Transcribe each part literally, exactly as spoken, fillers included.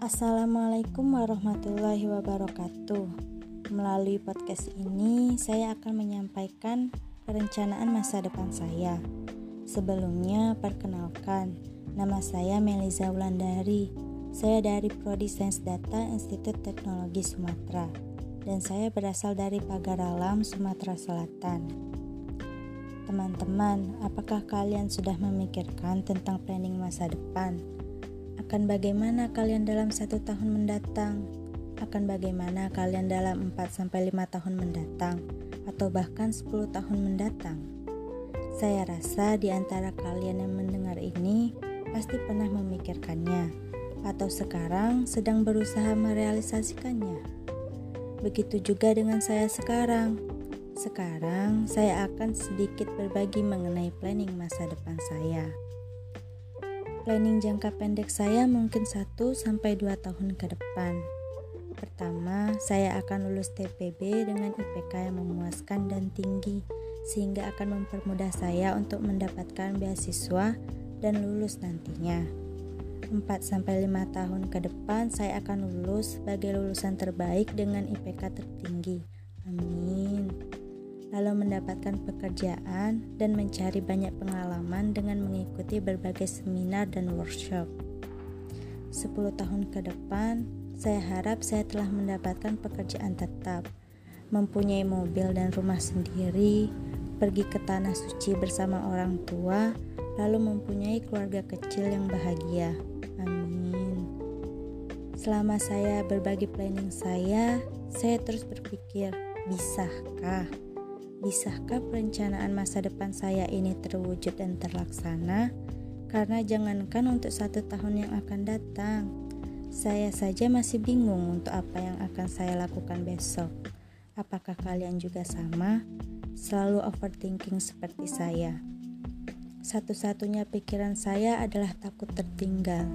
Assalamualaikum warahmatullahi wabarakatuh. Melalui podcast ini, saya akan menyampaikan perencanaan masa depan saya. Sebelumnya, perkenalkan, nama saya Meliza Wulandari. Saya dari Prodi Sains Data Institut Teknologi Sumatera, dan saya berasal dari Pagaralam, Sumatera Selatan. Teman-teman, apakah kalian sudah memikirkan tentang planning masa depan? Akan bagaimana kalian dalam satu tahun mendatang? Akan bagaimana kalian dalam empat sampai lima tahun mendatang? Atau bahkan sepuluh tahun mendatang? Saya rasa di antara kalian yang mendengar ini pasti pernah memikirkannya, atau sekarang sedang berusaha merealisasikannya. Begitu juga dengan saya sekarang. Sekarang saya akan sedikit berbagi mengenai planning masa depan saya. Planning jangka pendek saya mungkin satu sampai dua tahun ke depan. Pertama, saya akan lulus T P B dengan I P K yang memuaskan dan tinggi, sehingga akan mempermudah saya untuk mendapatkan beasiswa dan lulus nantinya. empat sampai lima tahun ke depan saya akan lulus sebagai lulusan terbaik dengan I P K tertinggi. Amin. Lalu mendapatkan pekerjaan dan mencari banyak pengalaman dengan mengikuti berbagai seminar dan workshop. sepuluh tahun ke depan, saya harap saya telah mendapatkan pekerjaan tetap, mempunyai mobil dan rumah sendiri, pergi ke tanah suci bersama orang tua, lalu mempunyai keluarga kecil yang bahagia. Amin. Selama saya berbagi planning saya, saya terus berpikir, bisakah? Bisakah perencanaan masa depan saya ini terwujud dan terlaksana? Karena jangankan untuk satu tahun yang akan datang, saya saja masih bingung untuk apa yang akan saya lakukan besok. Apakah kalian juga sama? Selalu overthinking seperti saya. Satu-satunya pikiran saya adalah takut tertinggal.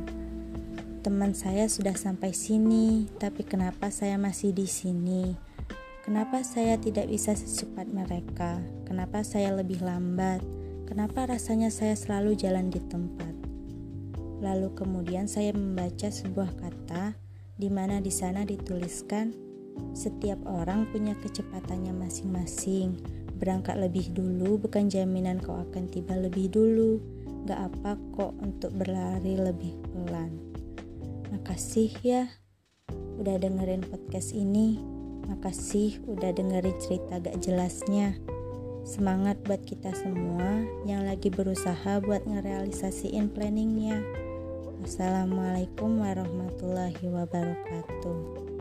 Teman saya sudah sampai sini, tapi kenapa saya masih di sini? Kenapa saya tidak bisa secepat mereka? Kenapa saya lebih lambat? Kenapa rasanya saya selalu jalan di tempat? Lalu kemudian saya membaca sebuah kata di mana di sana dituliskan, setiap orang punya kecepatannya masing-masing. Berangkat lebih dulu bukan jaminan kau akan tiba lebih dulu. Gak apa kok untuk berlari lebih pelan. Makasih ya udah dengerin podcast ini. Makasih udah dengerin cerita gak jelasnya. Semangat buat kita semua yang lagi berusaha buat ngerealisasiin planningnya. Wassalamualaikum warahmatullahi wabarakatuh.